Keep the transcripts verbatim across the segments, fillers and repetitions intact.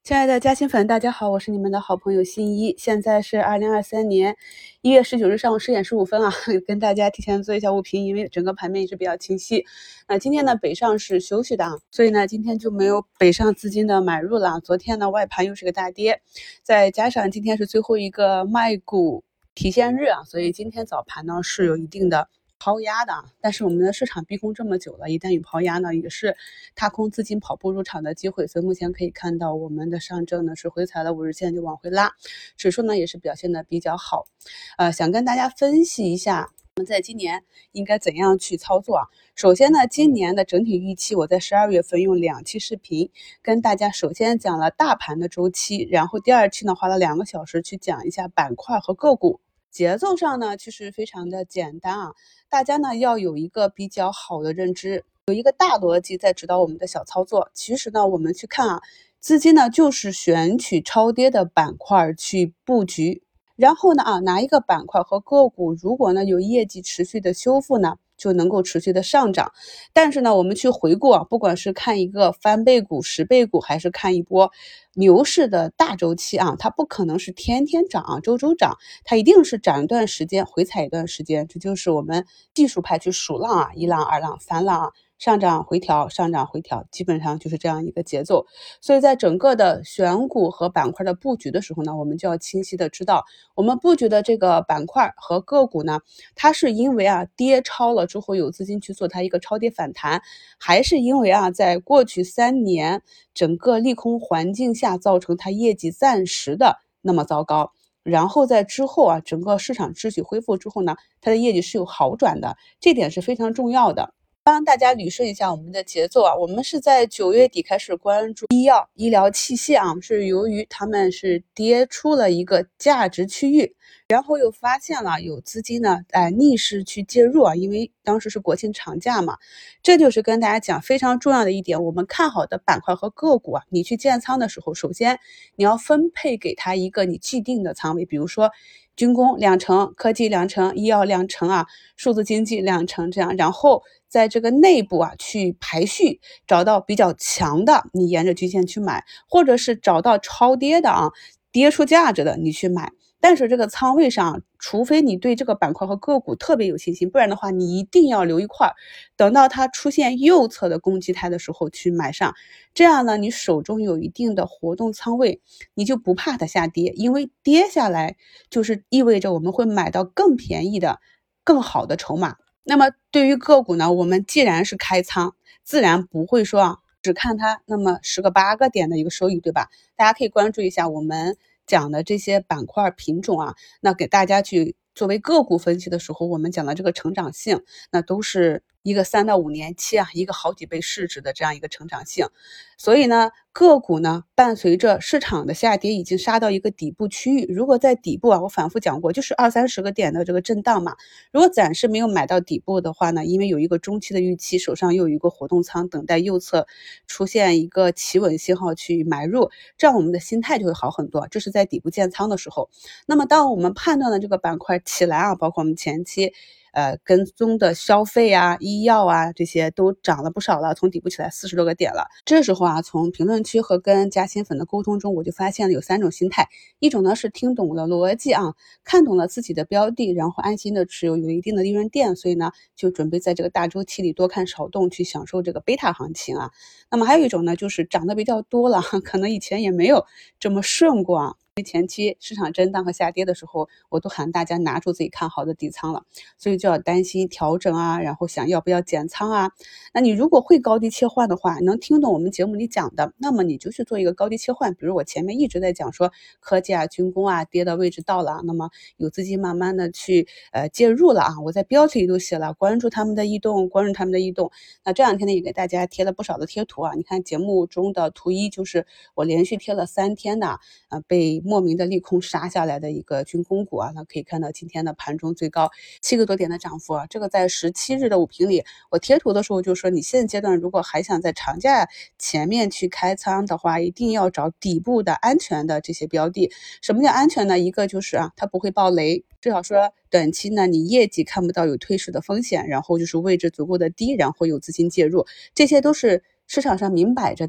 亲爱的嘉兴粉，大家好，我是你们的好朋友新一。现在是二零二三年一月十九日上午十点十五分啊，跟大家提前做一下午评，因为整个盘面也是比较清晰。那今天呢，北上是休息的啊，所以呢，今天就没有北上资金的买入了。昨天呢，外盘又是个大跌，再加上今天是最后一个卖股提现日啊，所以今天早盘呢是有一定的抛压的，但是我们的市场逼空这么久了，一旦有抛压呢，也是踏空资金跑步入场的机会。所以目前可以看到，我们的上证呢是回踩了五日线就往回拉，指数呢也是表现的比较好。呃，想跟大家分析一下，我们在今年应该怎样去操作啊？首先呢，今年的整体预期，我在十二月份用两期视频跟大家首先讲了大盘的周期，然后第二期呢花了两个小时去讲一下板块和个股。节奏上呢，其实非常的简单啊，大家呢要有一个比较好的认知，有一个大逻辑在指导我们的小操作。其实呢，我们去看啊，资金呢就是选取超跌的板块去布局，然后呢啊，哪一个板块和个股如果呢有业绩持续的修复呢，就能够持续的上涨。但是呢，我们去回顾啊，不管是看一个翻倍股、十倍股，还是看一波牛市的大周期啊，它不可能是天天涨啊，周周涨，它一定是涨一段时间，回踩一段时间。这就是我们技术派去数浪啊，一浪、二浪、三浪啊，上涨回调，上涨回调，基本上就是这样一个节奏。所以在整个的选股和板块的布局的时候呢，我们就要清晰的知道，我们布局的这个板块和个股呢，它是因为啊跌超了之后有资金去做它一个超跌反弹，还是因为啊在过去三年整个利空环境下造成它业绩暂时的那么糟糕，然后在之后啊整个市场秩序恢复之后呢，它的业绩是有好转的，这点是非常重要的。帮大家捋顺一下我们的节奏啊，我们是在九月底开始关注医药、医疗器械啊，是由于他们是跌出了一个价值区域，然后又发现了有资金呢，哎，逆势去介入啊，因为当时是国庆长假嘛，这就是跟大家讲非常重要的一点，我们看好的板块和个股啊，你去建仓的时候，首先你要分配给它一个你既定的仓位，比如说军工两成，科技两成，医药两成啊，数字经济两成这样，然后在这个内部啊去排序，找到比较强的，你沿着均线去买，或者是找到超跌的啊，跌出价值的你去买。但是这个仓位上，除非你对这个板块和个股特别有信心，不然的话，你一定要留一块，等到它出现右侧的攻击态的时候去买上。这样呢，你手中有一定的活动仓位，你就不怕它下跌，因为跌下来就是意味着我们会买到更便宜的、更好的筹码。那么对于个股呢，我们既然是开仓，自然不会说啊，只看它那么十个八个点的一个收益，对吧？大家可以关注一下我们讲的这些板块品种啊，那给大家去作为个股分析的时候，我们讲的这个成长性，那都是一个三到五年期啊，一个好几倍市值的这样一个成长性。所以呢，个股呢，伴随着市场的下跌，已经杀到一个底部区域。如果在底部啊，我反复讲过，就是二三十个点的这个震荡嘛。如果暂时没有买到底部的话呢，因为有一个中期的预期，手上又有一个活动仓，等待右侧出现一个企稳信号去买入，这样我们的心态就会好很多。这是在底部建仓的时候。那么当我们判断了这个板块起来啊，包括我们前期呃，跟踪的消费啊、医药啊，这些都涨了不少了，从底部起来四十多个点了。这时候啊，从评论区和跟嘉兴粉的沟通中，我就发现了有三种心态。一种呢是听懂了逻辑啊，看懂了自己的标的，然后安心的持有，有一定的利润垫，所以呢，就准备在这个大周期里多看少动，去享受这个贝塔行情啊。那么还有一种呢，就是涨得比较多了，可能以前也没有这么顺过啊。前期市场震荡和下跌的时候，我都喊大家拿出自己看好的底仓了，所以就要担心调整啊，然后想要不要减仓啊。那你如果会高低切换的话，能听懂我们节目里讲的，那么你就去做一个高低切换。比如我前面一直在讲说科技啊、军工啊跌的位置到了，那么有资金慢慢的去呃介入了啊。我在标题里都写了，关注他们的异动，关注他们的异动。那这两天呢也给大家贴了不少的贴图啊，你看节目中的图一就是我连续贴了三天的啊、呃、被莫名的利空杀下来的一个军工股啊，那可以看到今天的盘中最高七个多点的涨幅啊，这个在十七日的午评里，我贴图的时候就说，你现阶段如果还想在长假前面去开仓的话，一定要找底部的安全的这些标的。什么叫安全呢？一个就是啊，它不会爆雷，至少说短期呢，你业绩看不到有退市的风险，然后就是位置足够的低，然后有资金介入，这些都是市场上明摆着的啊。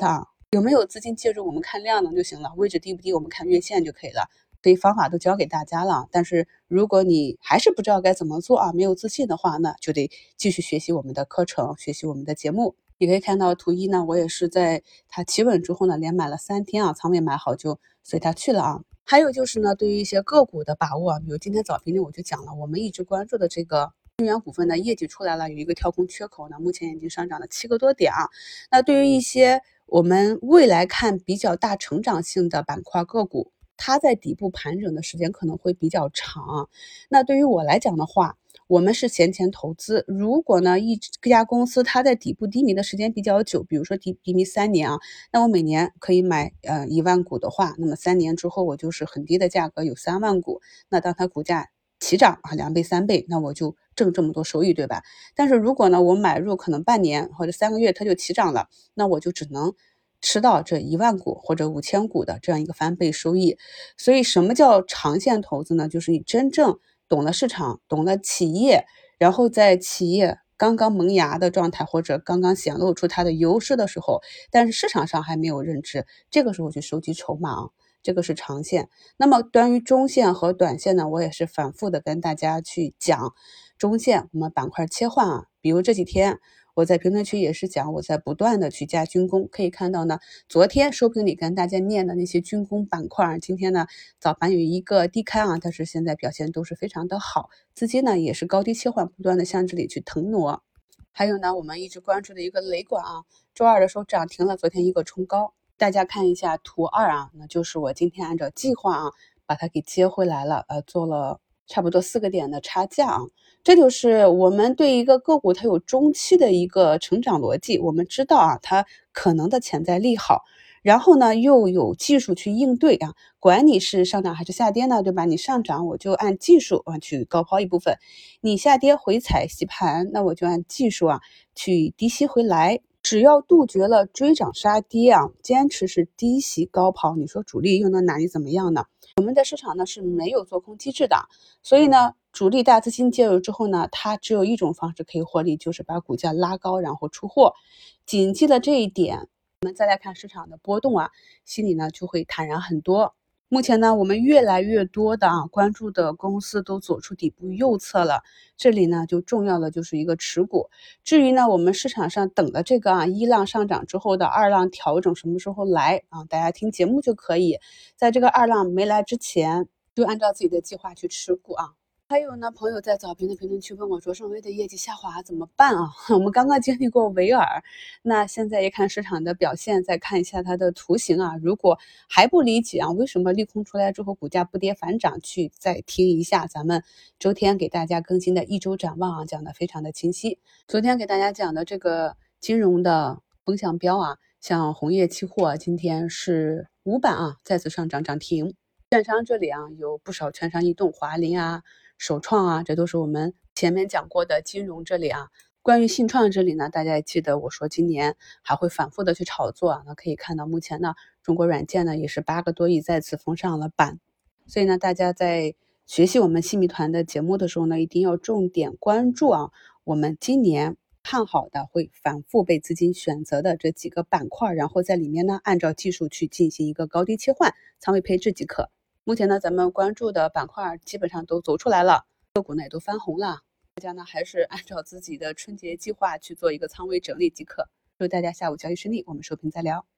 有没有资金介入，我们看量能就行了，位置低不低我们看月线就可以了。这些方法都教给大家了，但是如果你还是不知道该怎么做啊，没有自信的话，那就得继续学习我们的课程，学习我们的节目。你可以看到图一呢，我也是在它企稳之后呢，连买了三天啊，仓位买好就随它去了啊。还有就是呢，对于一些个股的把握，比如今天早评里我就讲了，我们一直关注的这个金源股份的业绩出来了，有一个跳空缺口呢，目前已经上涨了七个多点啊。那对于一些我们未来看比较大成长性的板块个股，它在底部盘整的时间可能会比较长。那对于我来讲的话，我们是闲钱投资。如果呢一家公司它在底部低迷的时间比较久，比如说低低迷三年啊，那我每年可以买呃一万股的话，那么三年之后我就是很低的价格有三万股。那当它股价齐涨啊两倍三倍，那我就挣这么多收益，对吧？但是如果呢我买入可能半年或者三个月它就齐涨了，那我就只能吃到这一万股或者五千股的这样一个翻倍收益。所以什么叫长线投资呢？就是你真正懂了市场，懂了企业，然后在企业刚刚萌芽的状态或者刚刚显露出它的优势的时候，但是市场上还没有认知，这个时候去收集筹码啊，这个是长线。那么关于中线和短线呢，我也是反复的跟大家去讲，中线我们板块切换啊，比如这几天我在评论区也是讲，我在不断的去加军工，可以看到呢，昨天收评里跟大家念的那些军工板块，今天呢早盘有一个低开啊，但是现在表现都是非常的好，资金呢也是高低切换，不断的向这里去腾挪。还有呢，我们一直关注的一个雷管啊，周二的时候涨停了，昨天一个冲高，大家看一下图二啊，那就是我今天按照计划啊把它给接回来了，呃，做了差不多四个点的差价啊。这就是我们对一个个股它有中期的一个成长逻辑，我们知道啊它可能的潜在利好，然后呢又有技术去应对啊，管你是上涨还是下跌呢，对吧？你上涨我就按技术啊去高抛一部分，你下跌回踩洗盘，那我就按技术啊去低吸回来。只要杜绝了追涨杀跌啊，坚持是低吸高抛，你说主力又能拿你怎么样呢？我们的市场呢是没有做空机制的，所以呢主力大资金介入之后呢，它只有一种方式可以获利，就是把股价拉高然后出货。谨记了这一点，我们再来看市场的波动啊，心里呢就会坦然很多。目前呢，我们越来越多的啊关注的公司都走出底部右侧了，这里呢就重要的就是一个持股。至于呢，我们市场上等的这个啊一浪上涨之后的二浪调整什么时候来啊？大家听节目就可以，在这个二浪没来之前，就按照自己的计划去持股啊。还有呢，朋友在早评的评论区问我说，盛威的业绩下滑怎么办啊？我们刚刚经历过维尔，那现在一看市场的表现，再看一下它的图形啊，如果还不理解啊，为什么利空出来之后股价不跌反涨，去再听一下咱们周天给大家更新的一周展望啊，讲的非常的清晰。昨天给大家讲的这个金融的风向标啊，像红叶期货今天是五板啊再次上涨涨停。券商这里啊有不少券商异动，华林啊、首创啊，这都是我们前面讲过的金融这里啊。关于信创这里呢，大家也记得我说今年还会反复的去炒作啊。那可以看到目前呢，中国软件呢也是八个多亿再次封上了板。所以呢，大家在学习我们新米团的节目的时候呢，一定要重点关注啊，我们今年看好的会反复被资金选择的这几个板块，然后在里面呢按照技术去进行一个高低切换，仓位配置即可。目前呢，咱们关注的板块基本上都走出来了，个股呢也都翻红了，大家呢还是按照自己的春节计划去做一个仓位整理即可。祝大家下午交易顺利，我们收评再聊。